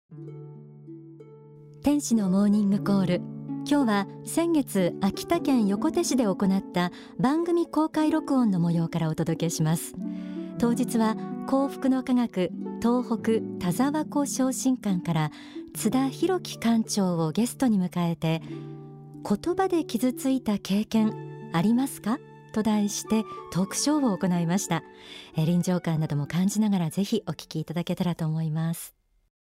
天使のモーニングコール。今日は先月秋田県横手市で行った番組公開録音の模様からお届けします。当日は幸福の科学東北田沢湖昇進館から津田弘樹館長をゲストに迎えて、言葉で傷ついた経験ありますかと題してトークショーを行いました。臨場感なども感じながらぜひお聞きいただけたらと思います。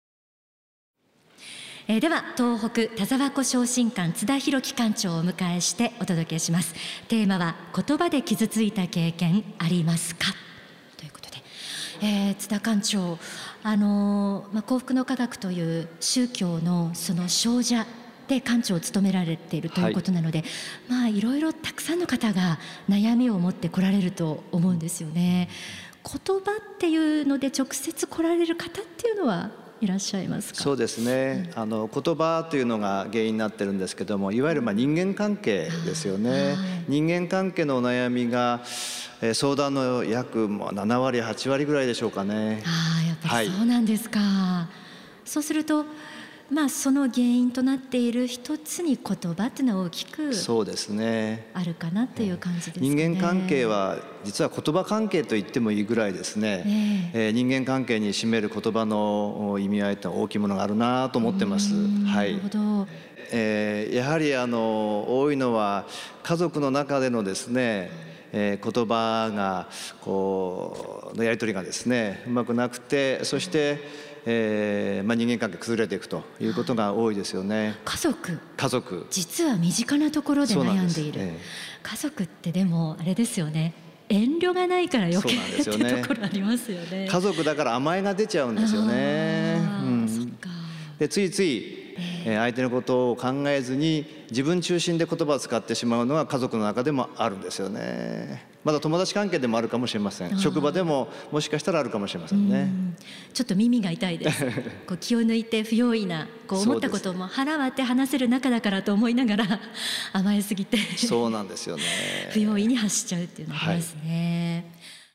では東北田沢湖昇進館津田弘樹館長をお迎えしてお届けします。テーマは言葉で傷ついた経験ありますかということで、津田館長、幸福の科学という宗教のその唱者で館長を務められているということなので、いろいろたくさんの方が悩みを持って来られると思うんですよね。言葉っていうので直接来られる方っていうのはいらっしゃいますか？ そうですね、言葉というのが原因になってるんですけども、いわゆる人間関係ですよね。人間関係のお悩みが相談の約7割8割ぐらいでしょうかね。 やっぱりそうなんですか。そうするとその原因となっている一つに言葉っていうのは大きくそうですねあるかなという感じですかね。 人間関係は実は言葉関係と言ってもいいぐらいですね、人間関係に占める言葉の意味合いって大きいものがあるなと思ってます。 なるほど。 やはり多いのは家族の中でのですね、言葉がのやり取りがですねうまくなくて、そして人間関係崩れていくということが多いですよね。 家族実は身近なところで悩んでいる。家族ってでもあれですよね、遠慮がないから余計ってところありますよね。 家族だから甘えが出ちゃうんですよね。でついつい相手のことを考えずに自分中心で言葉を使ってしまうのが家族の中でもあるんですよね。まだ友達関係でもあるかもしれません。職場でももしかしたらあるかもしれませんね。 ちょっと耳が痛いです気を抜いて不用意な思ったことも腹割って話せる仲だからと思いながら甘えすぎてそうなんですよね不用意に発しちゃうっていうのがありますね。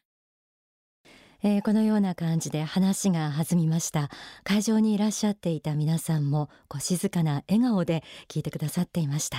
このような感じで話が弾みました。会場にいらっしゃっていた皆さんも静かな笑顔で聞いてくださっていました。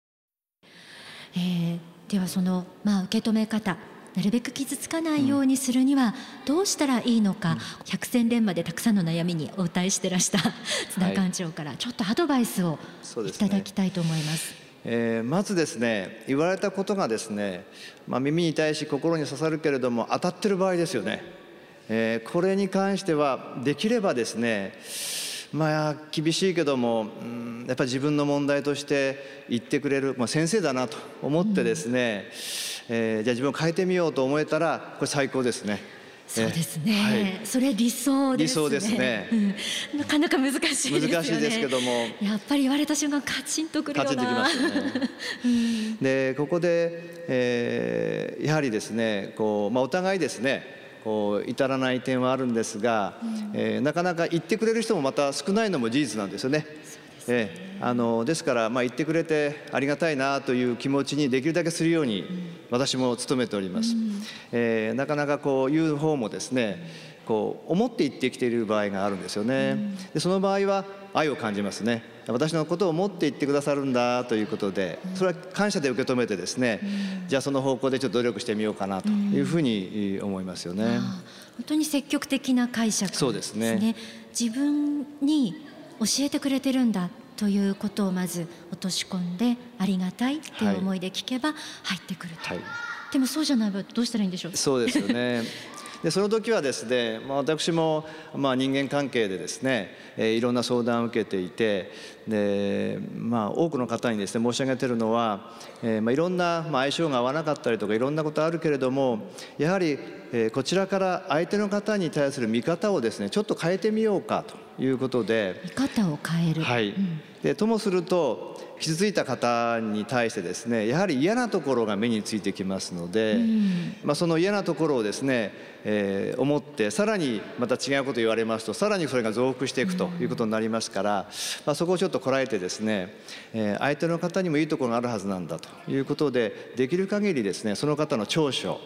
ではその、受け止め方、なるべく傷つかないようにするにはどうしたらいいのか、百戦錬磨でたくさんの悩みにお答えしてらした津田館長からちょっとアドバイスをいただきたいと思います。 まずですね、言われたことがですね、耳に対し心に刺さるけれども当たってる場合ですよね。これに関してはできればですね、厳しいけども、やっぱり自分の問題として言ってくれる、先生だなと思ってですね、じゃあ自分を変えてみようと思えたらこれ最高ですね。 そうですね、それ理想ですね。 理想ですね、 なかなか難しいですよね。 難しいですけども、 やっぱり言われた瞬間カチンとくるような。 カチンときますよねでここで、やはりですねお互いですね至らない点はあるんですが、なかなか言ってくれる人もまた少ないのも事実なんですよね。ですから言ってくれてありがたいなという気持ちにできるだけするように私も努めております。なかなか言う方もですね思って言ってきている場合があるんですよね。でその場合は愛を感じますね。私のことを思って言ってくださるんだということで、それは感謝で受け止めてですね、じゃあその方向でちょっと努力してみようかなというふうに思いますよね。 本当に積極的な解釈ですね。そうですね。自分に教えてくれてるんだということをまず落とし込んで、ありがたいっていう思いで聞けば入ってくると、でもそうじゃない場合どうしたらいいんでしょう。 そうですよねでその時はですね、私も人間関係でですね、いろんな相談を受けていて、で多くの方にですね申し上げているのは、いろんな相性が合わなかったりとかいろんなことあるけれども、やはりこちらから相手の方に対する見方をですねちょっと変えてみようかということで、 見方を変える、 でともすると傷ついた方に対してですねやはり嫌なところが目についてきますので、その嫌なところをですね、思ってさらにまた違うことを言われますとさらにそれが増幅していくということになりますから、そこをちょっとこらえてですね、相手の方にもいいところがあるはずなんだということで、できる限りですねその方の長所、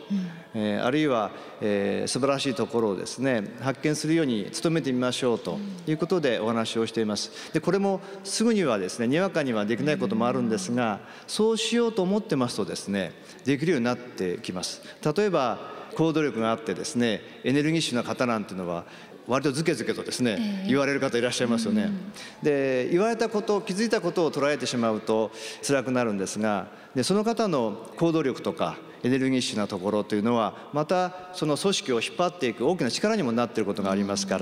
あるいは、素晴らしいところをですね発見するように努めてみましょうということでお話をしています。でこれもすぐにはですねにわかにはできないこともあるんですが、そうしようと思ってますとですねできるようになってきます。例えば行動力があってですねエネルギッシュな方なんていうのは割とズケズケとですね、言われる方いらっしゃいますよね。で言われたこと気づいたことを捉えてしまうと辛くなるんですが、でその方の行動力とかエネルギッシュなところというのはまたその組織を引っ張っていく大きな力にもなっていることがありますから、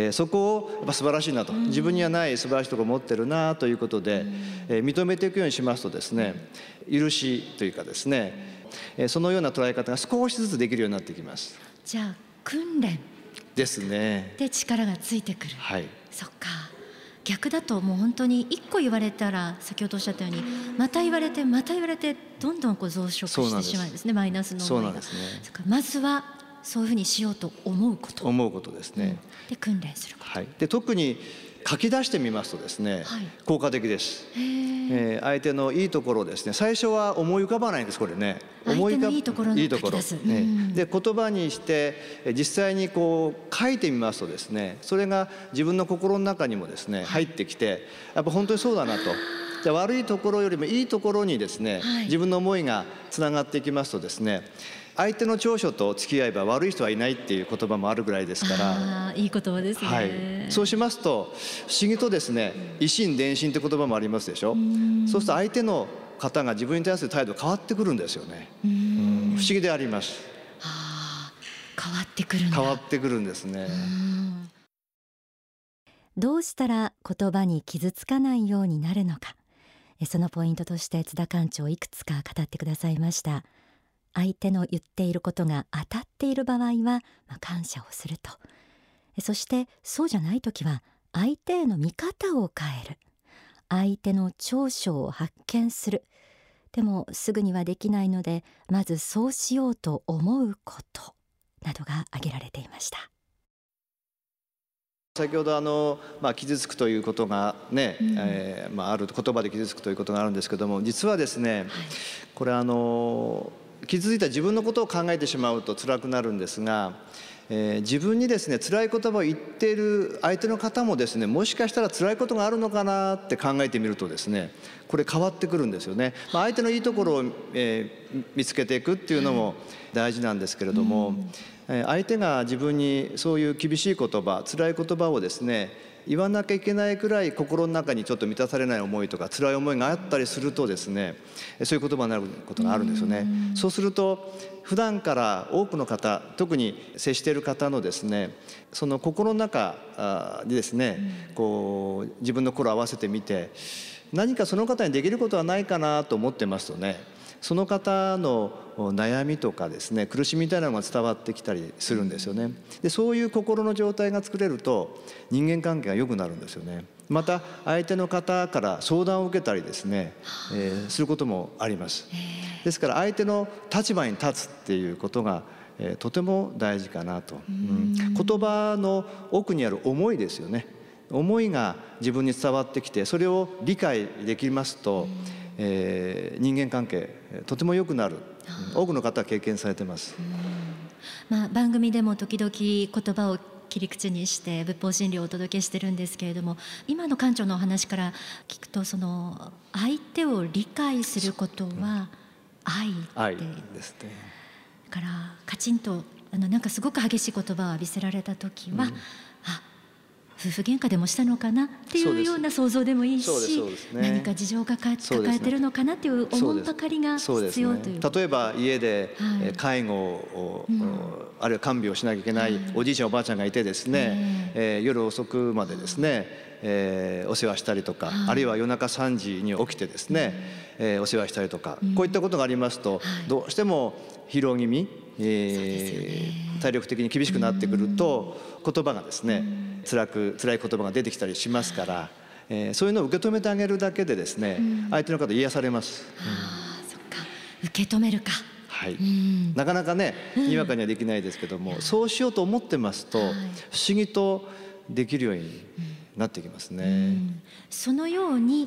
そこをやっぱ素晴らしいなと、自分にはない素晴らしいところを持ってるなということで、認めていくようにしますとですね許しというかですね、そのような捉え方が少しずつできるようになってきます。 じゃあ訓練ですね。 で力がついてくる。 はい。 そっか。逆だともう本当に一個言われたら先ほどおっしゃったようにまた言われてまた言われてどんどんこう増殖してしまうんですね、マイナスの思いが。 そうなんですね。 まずはそういうふうにしようと思うことですね。 で訓練すること。 はい。で特に書き出してみますとですね、効果的です。相手のいいところをですね最初は思い浮かばないんですこれね。 相手のいいところの書き出す。 で言葉にして実際にこう書いてみますとですねそれが自分の心の中にもですね入ってきてやっぱ本当にそうだなと。じゃ悪いところよりもいいところにですね、自分の思いがつながっていきますとですね相手の長所と付き合えば悪い人はいないっていう言葉もあるぐらいですから。 いい言葉ですね。 はい、そうしますと不思議とですね以心伝心って言葉もありますでしょ。そうすると相手の方が自分に対する態度変わってくるんですよね。不思議であります。 変わってくるんだ。 変わってくるんですね。 どうしたら言葉に傷つかないようになるのか、そのポイントとして津田館長いくつか語ってくださいました。相手の言っていることが当たっている場合は、感謝をすると。そしてそうじゃないときは相手への見方を変える。相手の長所を発見する。でもすぐにはできないのでまずそうしようと思うことなどが挙げられていました。 先ほど傷つくということがね、ある言葉で傷つくということがあるんですけども、実はですね、これ傷ついた自分のことを考えてしまうと辛くなるんですが、自分にですね辛い言葉を言っている相手の方もですねもしかしたら辛いことがあるのかなって考えてみるとですねこれ変わってくるんですよね。相手のいいところを、見つけていくっていうのも大事なんですけれども、相手が自分にそういう厳しい言葉辛い言葉をですね言わなきゃいけないくらい心の中にちょっと満たされない思いとか辛い思いがあったりするとですねそういう言葉になることがあるんですよね。そうすると普段から多くの方特に接している方のですねその心の中にですねこう自分の心を合わせてみて何かその方にできることはないかなと思ってますとねその方の悩みとかですね苦しみみたいなのが伝わってきたりするんですよね。でそういう心の状態が作れると人間関係が良くなるんですよね。また相手の方から相談を受けたりですね、することもあります。ですから相手の立場に立つっていうことが、とても大事かなと、言葉の奥にある思いですよね。思いが自分に伝わってきてそれを理解できますと、人間関係とても良くなる。多くの方は経験されてます。 番組でも時々言葉を切り口にして仏法真理をお届けしてるんですけれども、今の館長のお話から聞くとその相手を理解することは愛ですね。 だからカチンとなんかすごく激しい言葉を浴びせられた時は、夫婦喧嘩でもしたのかなっていうような想像でもいいし、何か事情が抱えてるのかなっていう思いばかりが必要という。 例えば家で介護を、あるいは看病をしなきゃいけないおじいちゃんおばあちゃんがいてですね、夜遅くまでですね、お世話したりとか、あるいは夜中3時に起きてですね、お世話したりとか、こういったことがありますと、どうしても疲労気味、体力的に厳しくなってくると言葉がですね辛い言葉が出てきたりしますから、そういうのを受け止めてあげるだけでですね、相手の方癒されます。 そっか、受け止めるか。 なかなかねにわかにはできないですけども、そうしようと思ってますと、不思議とできるようになってきますね。 そのように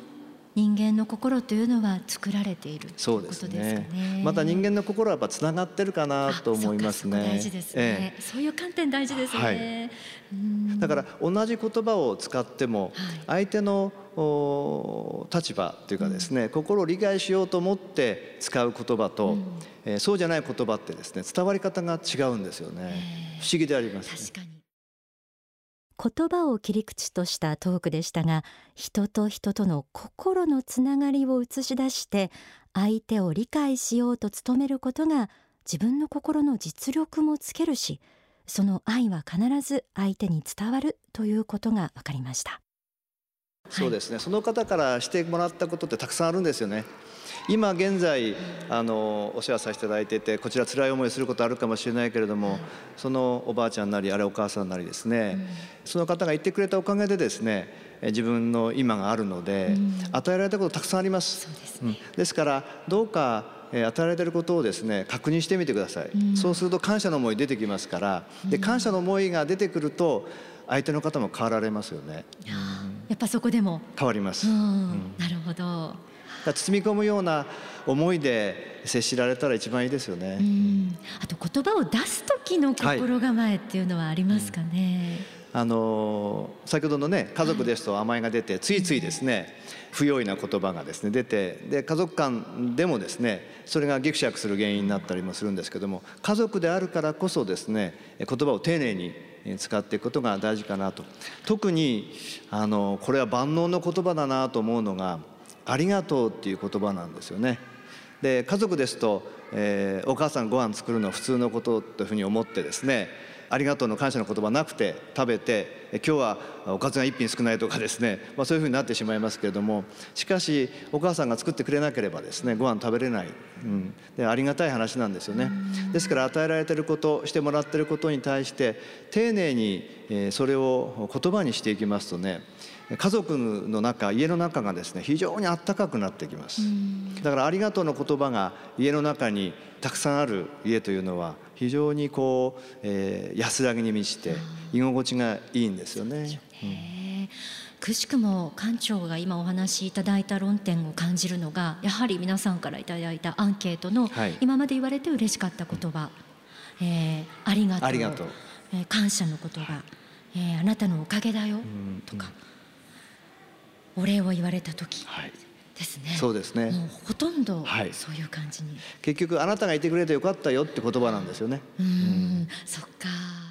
人間の心というのは作られているということですかね。 また人間の心はやっぱつながってるかなと思いますね。 そこ大事ですね、そういう観点大事ですね、 だから同じ言葉を使っても相手の立場というかですね、心を理解しようと思って使う言葉と、そうじゃない言葉ってですね、伝わり方が違うんですよね。不思議でありますね。 確かに。 言葉を切り口としたトークでしたが、人と人との心のつながりを映し出して相手を理解しようと努めることが自分の心の実力もつけるし、その愛は必ず相手に伝わるということが分かりました。 そうですね、その方からしてもらったことってたくさんあるんですよね。今現在お世話させていただいていて、こちら辛い思いすることあるかもしれないけれども、そのおばあちゃんなりあれお母さんなりですね、その方が言ってくれたおかげでですね、自分の今があるので、与えられたことたくさんあります。ですからどうか与えられていることをですね、確認してみてください。そうすると感謝の思い出てきますから、で感謝の思いが出てくると相手の方も変わられますよね。 やっぱそこでも変わります。 なるほど。 包み込むような思いで接しられたら一番いいですよね。 あと言葉を出す時の心構えっていうのはありますかね。 先ほどのね、家族ですと甘えが出て、ついついですね、不用意な言葉がですね出て、で家族間でもですねそれがギクシャクする原因になったりもするんですけども、家族であるからこそですね、言葉を丁寧に使っていくことが大事かなと。特にこれは万能の言葉だなと思うのがありがとうっていう言葉なんですよね。で家族ですと、お母さんご飯作るのは普通のことというふうに思ってですね、ありがとうの感謝の言葉なくて食べて、今日はおかずが一品少ないとかですね、そういうふうになってしまいますけれども、しかしお母さんが作ってくれなければですねご飯食べれない、でありがたい話なんですよね。ですから与えられていること、してもらっていることに対して丁寧にそれを言葉にしていきますとね、家族の中、家の中がですね非常にあったかくなってきます。だからありがとうの言葉が家の中にたくさんある家というのは非常に安らぎに満ちて居心地がいいんですよね。 くしくも館長が今お話しいただいた論点を感じるのが、やはり皆さんからいただいたアンケートの今まで言われて嬉しかった言葉、ありがとう、感謝の言葉、あなたのおかげだよとか、お礼を言われた時ですね。 そうですね。 もうほとんどそういう感じに、 結局あなたがいてくれてよかったよって言葉なんですよね。 そっか。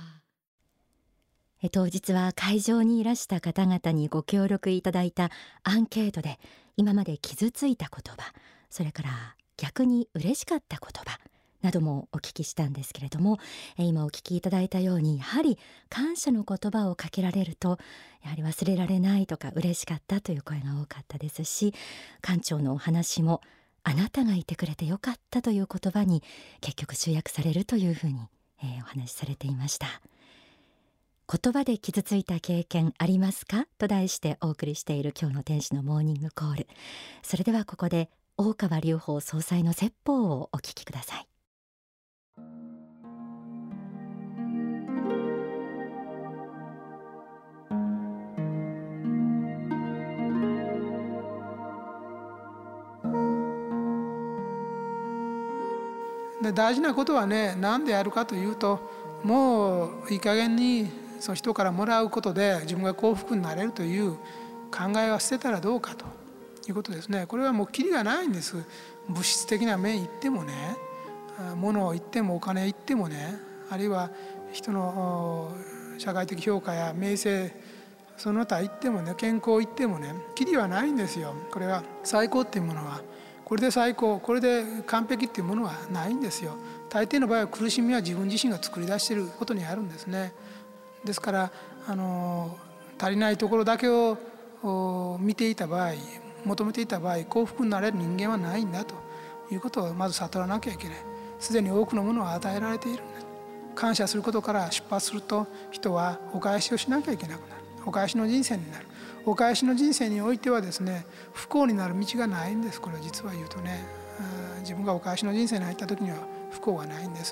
当日は会場にいらした方々にご協力いただいたアンケートで、今まで傷ついた言葉、それから逆に嬉しかった言葉などもお聞きしたんですけれども、今お聞きいただいたように、やはり感謝の言葉をかけられるとやはり忘れられないとか嬉しかったという声が多かったですし、館長のお話もあなたがいてくれてよかったという言葉に結局集約されるというふうに、お話しされていました。言葉で傷ついた経験ありますかと題してお送りしている今日の天使のモーニングコール。それではここで大川隆法総裁の説法をお聞きください。 で大事なことはね、何でやるかというと、もういい加減にその人からもらうことで自分が幸福になれるという考えは捨てたらどうかということですね。これはもうキリがないんです。物質的な面言ってもね、物を言ってもお金言ってもね、あるいは人の社会的評価や名声、その他言ってもね、健康言ってもね、キリはないんですよ。これは最高っていうものは、これで最高、これで完璧っていうものはないんですよ。大抵の場合は苦しみは自分自身が作り出していることにあるんですね。ですから足りないところだけを見ていた場合、求めていた場合、幸福になれる人間はないんだということをまず悟らなきゃいけない。すでに多くのものは与えられているんだ。感謝することから出発すると、人はお返しをしなきゃいけなくなる。お返しの人生になる。お返しの人生においてはですね、不幸になる道がないんです。これは実は言うとね、自分がお返しの人生に入った時には不幸はないんです。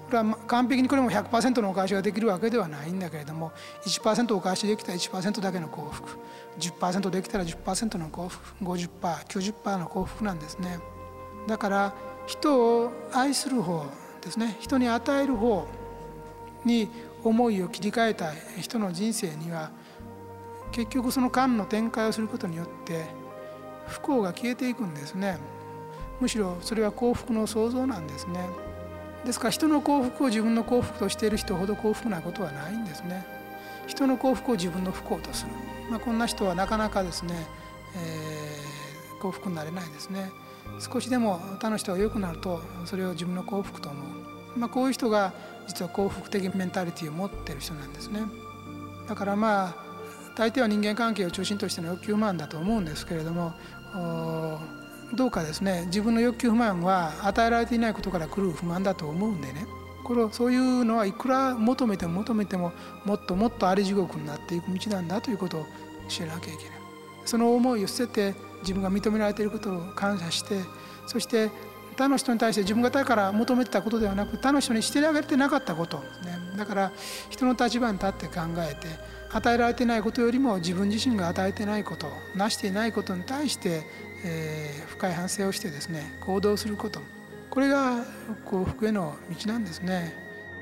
これは完璧にこれも 100% のお返しができるわけではないんだけれども、 1% お返しできたら 1% だけの幸福、 10% できたら 10% の幸福、 50%、90% の幸福なんですね。だから人を愛する方ですね、人に与える方に思いを切り替えた人の人生には、結局その間の展開をすることによって不幸が消えていくんですね。むしろそれは幸福の創造なんですね。ですから人の幸福を自分の幸福としている人ほど幸福なことはないんですね。人の幸福を自分の不幸とする、こんな人はなかなかですね、幸福になれないですね。少しでも他の人が良くなるとそれを自分の幸福と思う、こういう人が実は幸福的メンタリティを持っている人なんですね。だから大抵は人間関係を中心としての欲求不満だと思うんですけれども、どうかですね、自分の欲求不満は与えられていないことから来る不満だと思うんでね、そういうのはいくら求めてももっともっとあり地獄になっていく道なんだということを知らなきゃいけない。その思いを捨てて自分が認められていることを感謝して、そして他の人に対して自分が他から求めてたことではなく、他の人にしてあげてなかったことですね。だから人の立場に立って考えて、与えられていないことよりも自分自身が与えていないこと、成していないことに対して深い反省をしてですね、行動すること、これが幸福への道なんですね。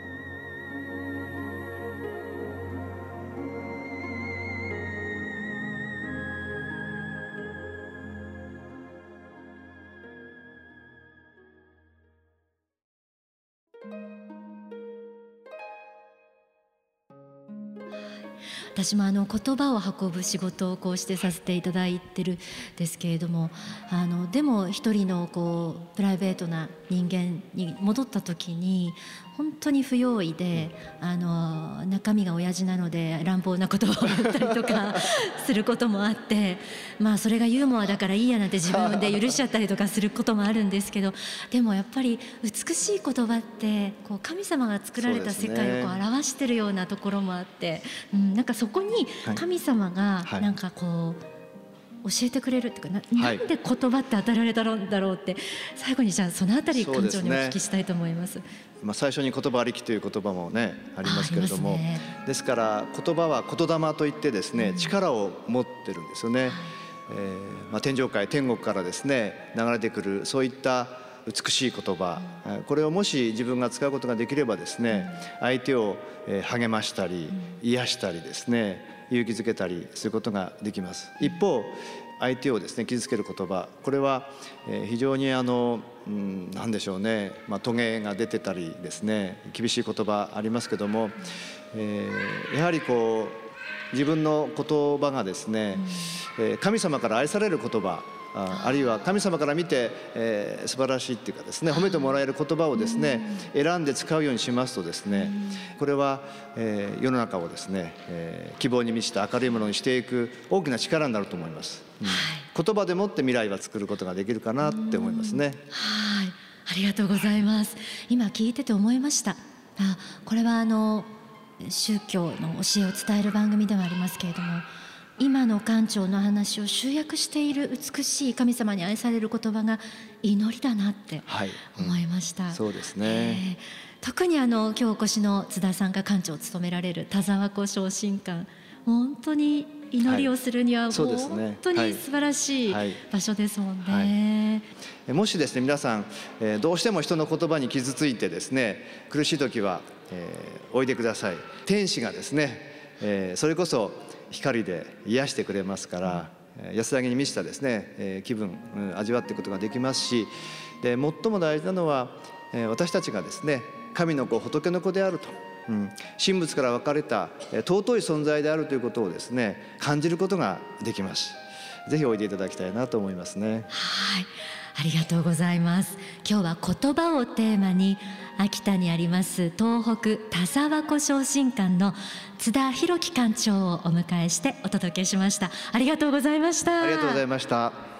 私も言葉を運ぶ仕事をこうしてさせていただいてるんですけれども、でも一人のプライベートな人間に戻った時に本当に不用意で、中身が親父なので乱暴なことを言ったりとかすることもあって、それがユーモアだからいいやなんて自分で許しちゃったりとかすることもあるんですけど、でもやっぱり美しい言葉って神様が作られた世界を表してるようなところもあって、なんかそこに神様がなんか教えてくれるっていうか、なんで言葉って与えられたんだろうって、最後にじゃあそのあたり館長にお聞きしたいと思います。 最初に言葉ありきという言葉もねありますけれども、ですから言葉は言霊といってですね、力を持ってるんですよね。天上界、天国からですね流れてくるそういった美しい言葉、これをもし自分が使うことができればですね、相手を励ましたり癒したりですね、勇気づけたりすることができます。一方相手をですね傷つける言葉、これは非常に何でしょうね、トゲが出てたりですね、厳しい言葉ありますけども、やはり自分の言葉がですね、神様から愛される言葉、あるいは神様から見て、素晴らしいっていうかですね、褒めてもらえる言葉をですね選んで使うようにしますとですね、これは、世の中をですね、希望に満ちた明るいものにしていく大きな力になると思います。言葉でもって未来は作ることができるかなって思いますね。 はい、ありがとうございます。今聞いてて思いました。これは宗教の教えを伝える番組ではありますけれども、今の館長の話を集約している美しい神様に愛される言葉が祈りだなって思いました。 そうですね。 特に今日お越しの津田さんが館長を務められる田沢湖昇進館、本当に祈りをするには本当に素晴らしい場所ですもんね。 もしですね皆さん、どうしても人の言葉に傷ついてですね苦しい時は、おいでください。天使がですね、それこそ光で癒してくれますから、安らぎに満ちたですね、気分、味わっていくことができますし、で最も大事なのは、私たちがですね神の子、仏の子であると、神仏から分かれた尊い存在であるということをですね感じることができます。ぜひおいでいただきたいなと思いますね。 はい、ありがとうございます。今日は言葉をテーマに秋田にあります東北田沢湖昇進館の津田弘樹館長をお迎えしてお届けしました。ありがとうございました。 ありがとうございました。